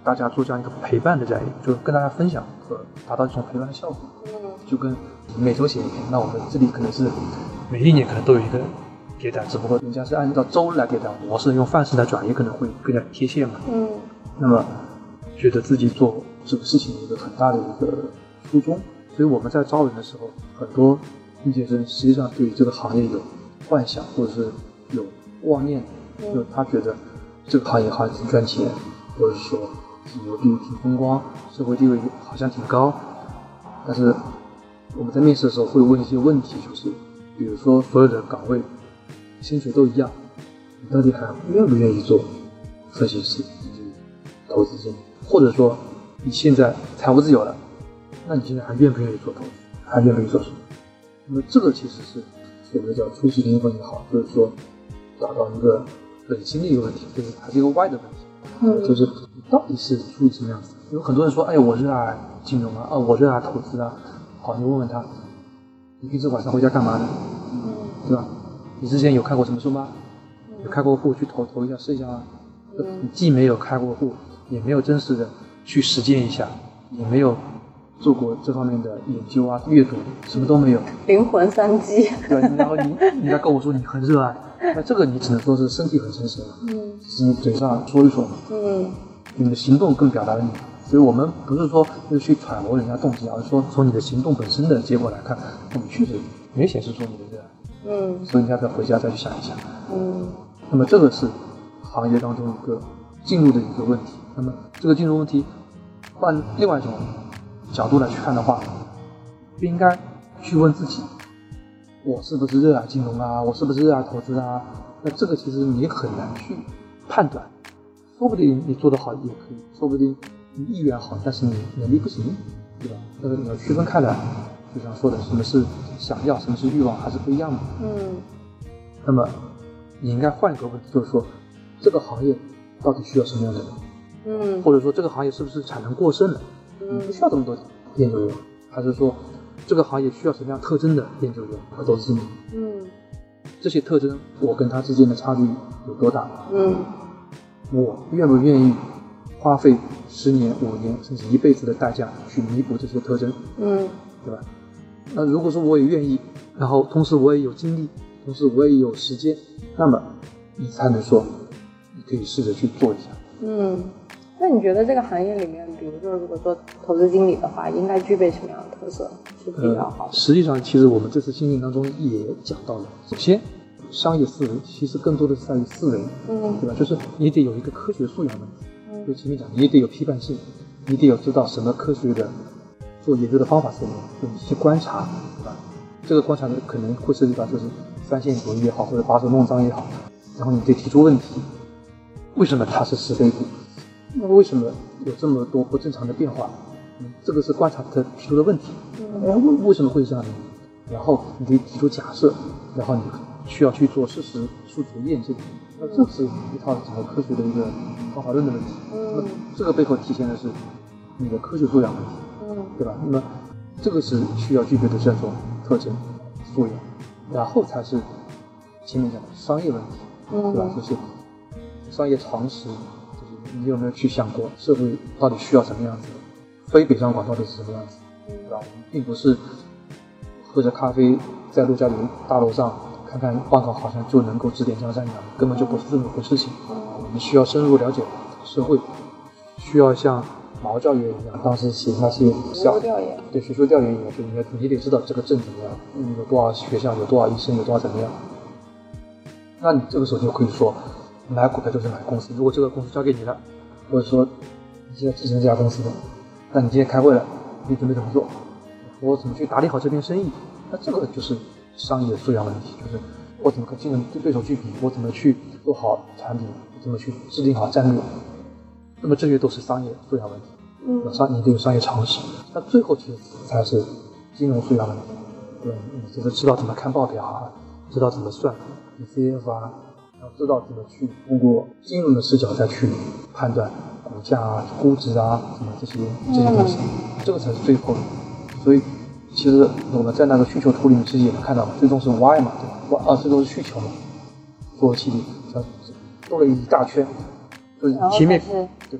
大家做这样一个陪伴的这样就跟大家分享和达到这种陪伴的效果。就跟每周写一篇，那我们这里可能是每一年可能都有一个迭代，只不过人家是按照周来迭代，我是用范式来转，也可能会更加贴切嘛。那么觉得自己做这个事情有一个很大的一个初衷，所以我们在招人的时候，很多应届生实际上对于这个行业有幻想，或者是有妄念，就他觉得这个行业好像挺赚钱，或者说挺牛逼、挺风光，社会地位好像挺高。但是我们在面试的时候会问一些问题，就是比如说所有的岗位薪水都一样，你到底还愿不愿意做分析师、投资经理？或者说你现在财务自由了，那你现在还愿不愿意做投资？还愿不愿意做什么？那么这个其实是所谓的叫初级灵魂也好，就是说达到一个本心的一个问题，就是还是一个 why 的问题。就是你到底是出于什么样子？有很多人说，哎呀，我热爱金融啊，我热爱投资啊。好，你问问他，你平时晚上回家干嘛呢？对吧？你之前有开过什么书吗？有开过户去投一下试一下吗？你既没有开过户，也没有真实的去实践一下，也没有做过这方面的研究啊、阅读，什么都没有。 灵魂三击。 对，然后你再跟我说你很热爱，那这个你只能说是身体很诚实了，只是你嘴上说一说，你的行动更表达了你。所以我们不是说就去揣摩人家动机，而是说从你的行动本身的结果来看，你确实没显示出你的热爱。所以你要不要回家再去想一想？那么这个是行业当中一个进入的一个问题。那么这个进入问题，换另外一种角度来去看的话，不应该去问自己，我是不是热爱金融啊？我是不是热爱投资啊？那这个其实你很难去判断，说不定你做得好也可以，说不定你意愿好，但是你能力不行，对吧？但是你要区分开来，就像说的，什么是想要，什么是欲望，还是不一样的。那么你应该换一个问题，就是说这个行业到底需要什么样的人？或者说这个行业是不是产能过剩了？不需要这么多研究员，还是说这个行业需要什么样特征的研究员和投资经理？这些特征我跟他之间的差距有多大？我愿不愿意花费10年、5年甚至一辈子的代价去弥补这些特征？对吧？那如果说我也愿意，然后同时我也有精力，同时我也有时间，那么你才能说你可以试着去做一下。 那你觉得这个行业里面，比如说如果做投资经理的话，应该具备什么样的特色是比较好的？ 实际上其实我们这次训练当中也讲到了，首先商业思维其实更多的是在于思维，对吧？就是你得有一个科学素养问题，就前面讲你也得有批判性，你得有知道什么科学的做研究的方法是什么，就你去观察，对吧？这个观察呢可能会涉及到就是三线主义也好，或者把手弄脏也好，然后你得提出问题，为什么它是是非股？那为什么有这么多不正常的变化？这个是观察的提出的问题。为什么会这样呢？然后你得提出假设，然后你需要去做事实数据的验证。那这是一套整个科学的一个方法论的问题。那这个背后体现的是你的科学素养问题，对吧？那么这个是需要具备的这种特征素养，然后才是前面讲的商业问题，对吧？就是商业常识。你有没有去想过社会到底需要什么样子？非北上广到底是什么样子？对吧？我们并不是喝着咖啡在陆家嘴大楼上看看报告，好像就能够指点江山一样，根本就不是这么回事情。我们需要深入了解社会，需要像毛教员一样，当时写那些对学术调研一样，就你得知道这个镇怎么样，有多少学校，有多少医生，有多少怎么样。那你这个时候就可以说，买股票就是买公司，如果这个公司交给你了，或者说你现在继承这家公司的，那你今天开会了，你准备怎么做？我怎么去打理好这边生意？那这个就是商业素养问题，就是我怎么跟竞争对手去比，我怎么去做好产品，我怎么去制定好战略。那么这些都是商业素养问题，你得有商业常识。那最后其实才是金融素养问题，对，你就是知道怎么看报表啊，知道怎么算 DCF 啊。知道怎么去通过金融的视角再去判断股价啊、估值啊什么这些东西，这个才是最后的。所以其实我们在那个需求图里面其实也能看到，最终是 Y 嘛，对吧？最终是需求嘛，做起点兜了一大圈，就是前面对吧？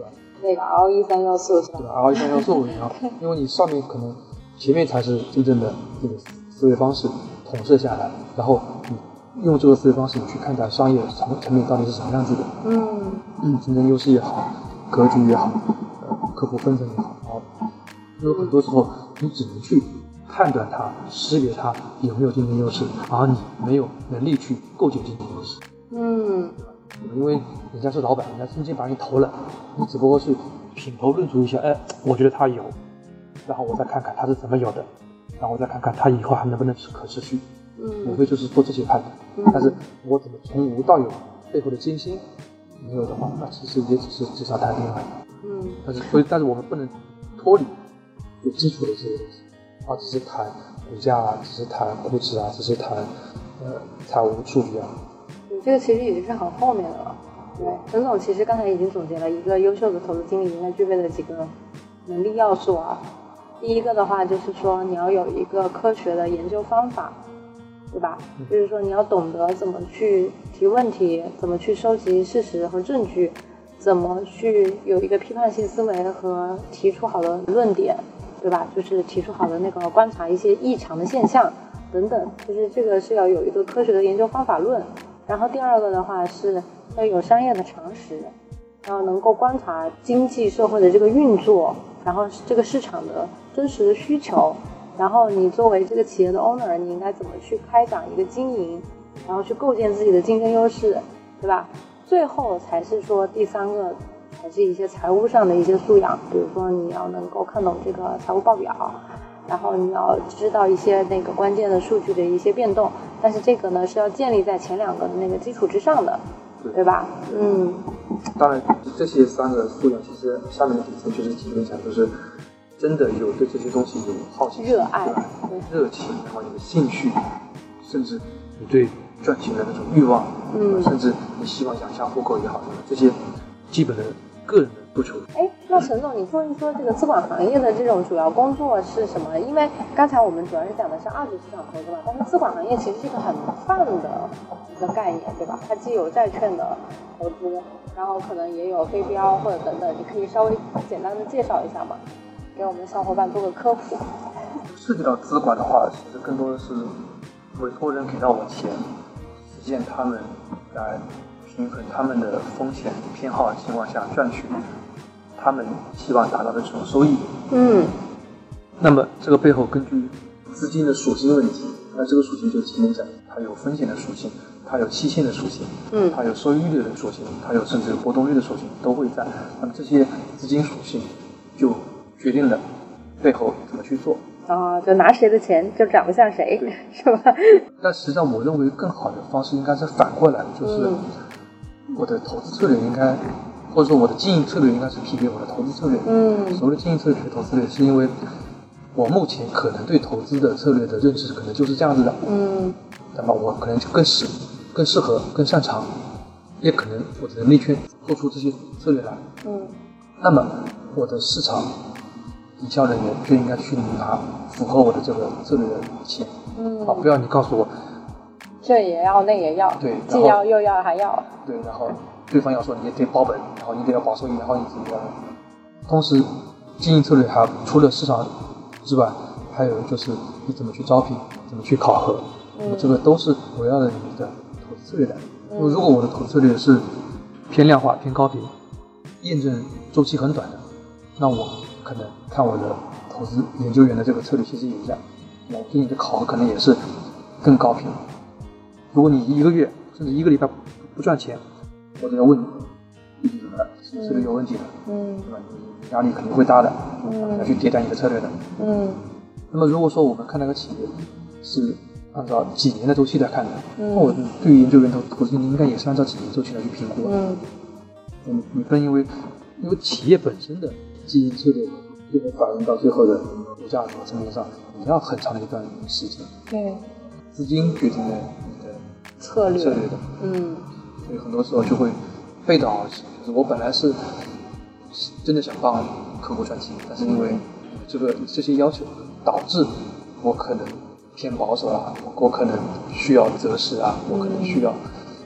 那个 RE314是吧？ 对 RE314然后因为你上面可能前面才是真正的这个思维方式统摄下来，然后你用这个思维方式你去看待商业层面到底是什么样子的，竞争优势也好，格局也好，客户分层也好，然后因为很多时候你只能去判断它、识别它有没有竞争优势，而你没有能力去构建竞争优势。因为人家是老板，人家真金把你投了，你只不过是品头论足一下，我觉得他有，然后我再看看他是怎么有的，然后我再看看他以后还能不能可持续，无非就是做这些判断。但是我怎么从无到有背后的艰辛没有的话，那其实也只是纸上谈兵而已。但是我们不能脱离有基础的这些东西，只是谈股价啊，只是谈估值啊，只是谈财务数据啊。 这个其实已经是很后面的了。对，陈总其实刚才已经总结了一个优秀的投资经理应该具备的几个能力要素啊。第一个的话就是说你要有一个科学的研究方法，对吧？就是说你要懂得怎么去提问题，怎么去收集事实和证据，怎么去有一个批判性思维和提出好的论点，对吧？就是提出好的那个观察一些异常的现象等等，就是这个是要有一个科学的研究方法论。然后第二个的话是要有商业的常识，然后能够观察经济社会的这个运作，然后这个市场的真实的需求，然后你作为这个企业的 owner 你应该怎么去开展一个经营，然后去构建自己的竞争优势，对吧？最后才是说第三个才是一些财务上的一些素养，比如说你要能够看懂这个财务报表，然后你要知道一些那个关键的数据的一些变动，但是这个呢是要建立在前两个的那个基础之上的，对吧？ 当然这些三个素养其实下面的底层就是基本上就是真的有对这些东西有好奇心、 热爱、 热情，然后你的兴趣，甚至你对赚钱的那种欲望，甚至你希望养家糊口也好，这些基本的个人的不求。 那陈总，你说一说这个资管行业的这种主要工作是什么？因为刚才我们主要是讲的是二级市场投资嘛，但是资管行业其实是一个很泛的一个概念，对吧？它既有债券的投资，然后可能也有非标或者等等，你可以稍微简单的介绍一下吗？给我们的小伙伴做个科普。 涉及到资管的话，其实更多的是委托人给到我钱，实现他们来平衡他们的风险偏好情况下赚取他们希望达到的这种收益。那么这个背后根据资金的属性问题，那这个属性就前面讲，它有风险的属性，它有期限的属性，它有收益率的属性，它有甚至有波动率的属性都会在。那么这些资金属性就决定了背后怎么去做。 就拿谁的钱就长得像谁，是吧？ 但实际上我认为更好的方式应该是反过来，就是我的投资策略应该，或者说我的经营策略应该是匹配我的投资策略。所谓的经营策略匹配投资策略，是因为我目前可能对投资的策略的认知可能就是这样子的。那么我可能就更适合、更擅长，也可能我的能力圈做出这些策略来。那么我的市场营销人员就应该去拿符合我的这个策略的钱。不要你告诉我这也要那也要， 对， 既要又要还要， 对，然后对方要说你也得保本，然后你得要保收益，然后你怎么样？同时，经营策略还除了市场之外，还有就是你怎么去招聘，怎么去考核，那么这个都是围绕着你的投资策略来。如果我的投资策略是偏量化、偏高频，验证周期很短的，那我可能看我的投资研究员的这个策略其实也一样，我对你的考核可能也是更高频。如果你一个月甚至一个礼拜不赚钱，我都要问你怎么了，是不是有问题的？对吧？你压力肯定会大的，要去迭代你的策略的。那么如果说我们看那个企业是按照几年的周期来看的，那我对于研究员的投资经理应该也是按照几年周期来去评估。你不能因为企业本身的经营策略就会反映到最后的股价层面上，你要很长的一段时间。 对， 资金决定了你的策略的。所以很多时候就会背道而驰。就是我本来是真的想帮客户赚钱，但是因为这些要求导致我可能偏保守了，我可能需要择时啊，我可能需要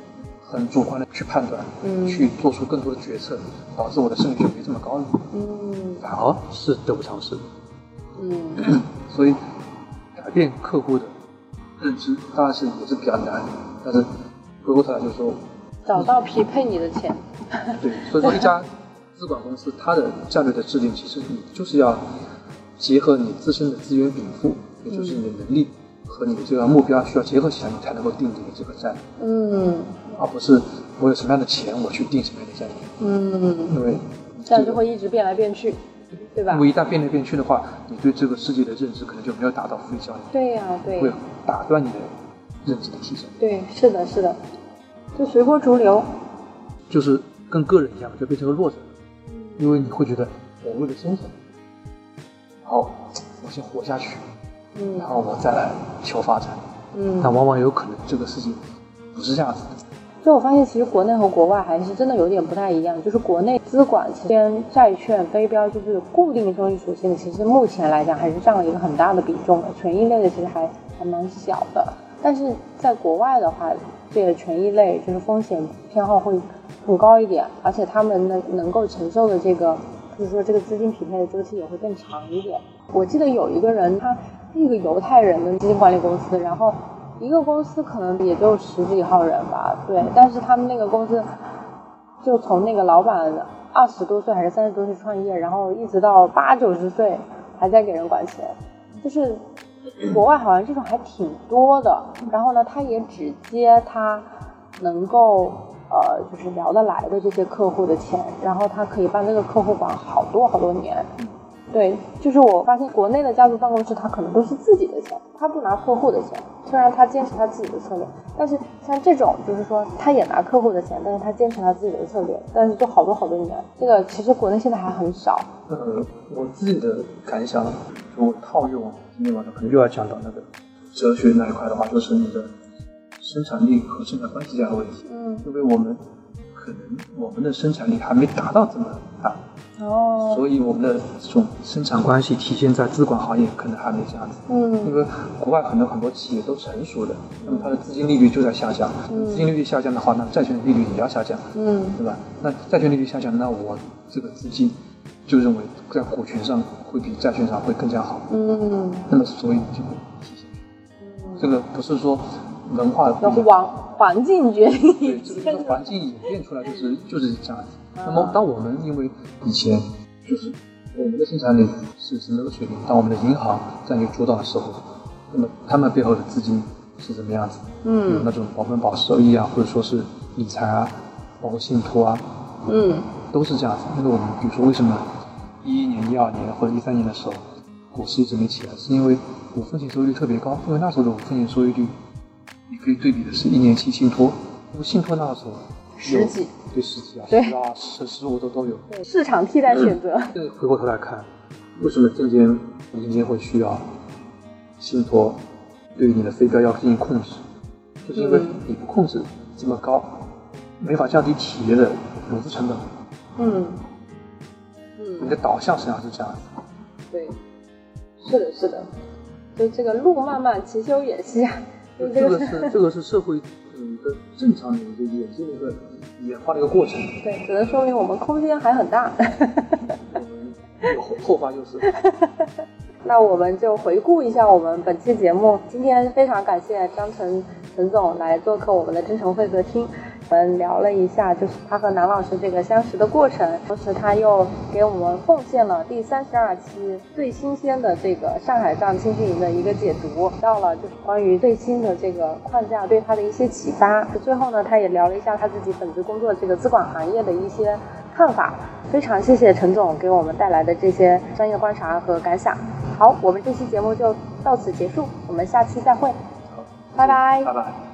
很主观的去判断，去做出更多的决策，导致我的胜率就没这么高了。反而是得不偿失。所以改变客户的认知当然是也是比较难，但是回过头来就是说， 找到匹配你的钱。 对，所以说一家资管公司它的战略的制定，其实你就是要结合你自身的资源禀赋，也就是你的能力和你的这个目标需要结合起来，你才能够定你的这个战略。而不是我有什么样的钱我去定什么样的战略。因为这样就会一直变来变去，对吧？ 因为一旦变来变去的话，你对这个世界的认知可能就没有达到复利效应。 对呀，对， 会打断你的认知的提升。对， 是的，是的，就随波逐流， 就是跟个人一样，就变成个弱者了。因为你会觉得我为了生存，然后我先活下去，然后我再来求发展。但往往有可能这个事情不是这样子的。 所以我发现其实国内和国外还是真的有点不太一样，就是国内资管偏债券非标，就是固定收益属性的，其实目前来讲还是占了一个很大的比重的，权益类的其实还蛮小的。但是在国外的话，这个权益类就是风险偏好会更高一点，而且他们能够承受的这个就是说这个资金匹配的周期也会更长一点。我记得有一个人，他是一个犹太人的基金管理公司，然后一个公司可能也就10几号人吧，对，但是他们那个公司就从那个老板20多岁还是30多岁创业，然后一直到80、90岁还在给人管钱，就是国外好像这种还挺多的。然后呢，他也只接他能够就是聊得来的这些客户的钱，然后他可以帮这个客户管好多年。对，就是我发现国内的家族办公室，他可能都是自己的钱，他不拿客户的钱，虽然他坚持他自己的策略，但是像这种就是说他也拿客户的钱，但是他坚持他自己的策略，但是都好多年，这个其实国内现在还很少。 我自己的感想，如果套用今天晚上可能又要讲到那个哲学那一块的话，就是你的生产力和生产关系这样的问题。因为我们可能我们的生产力还没达到这么大。所以我们的这种生产关系体现在资管行业可能还没这样子。因为国外可能很多企业都成熟的，那么它的资金利率就在下降。资金利率下降的话，那债券利率也要下降。对吧？那债券利率下降，那我这个资金就认为在股权上会比债券上会更加好。那么所以就会体现。这个不是说文化的环境决定。 对，这个环境演变出来就是这样子。那么当我们因为以前就是我们的生产力是那个水平，当我们的银行占据主导的时候，那么他们背后的资金是怎么样子？有那种保本保收益啊，或者说是理财啊，包括信托啊，都是这样子。那个我们比如说为什么11年、12年或者13年的时候股市一直没起来，是因为无风险收益率特别高，因为那时候的无风险收益率你可以对比的是1年期信托，因为信托那个时候 10几， 对10几啊，10啊，15都有。 对，市场替代选择。 回过头来看，为什么证监、银监会需要信托对于你的非标要进行控制？就是因为你不控制这么高，没法降低企业的融资成本。你的导向实际上是这样的。 对，是的，就这个路漫漫其修远兮啊。 这个是社会的正常的一个演进的一个演化的一个过程。 对，只能说明我们空间还很大。 我们有后发优势。 那我们就回顾一下我们本期节目。今天非常感谢张陈总来做客我们的真诚会客厅，我们聊了一下就是他和南老师这个相识的过程，同时他又给我们奉献了第32期最新鲜的这个上海账青训营的一个解读，到了就是关于最新的这个框架对他的一些启发。最后呢，他也聊了一下他自己本职工作这个资管行业的一些看法。非常谢谢陈总给我们带来的这些商业观察和感想。好，我们这期节目就到此结束，我们下期再会。拜拜。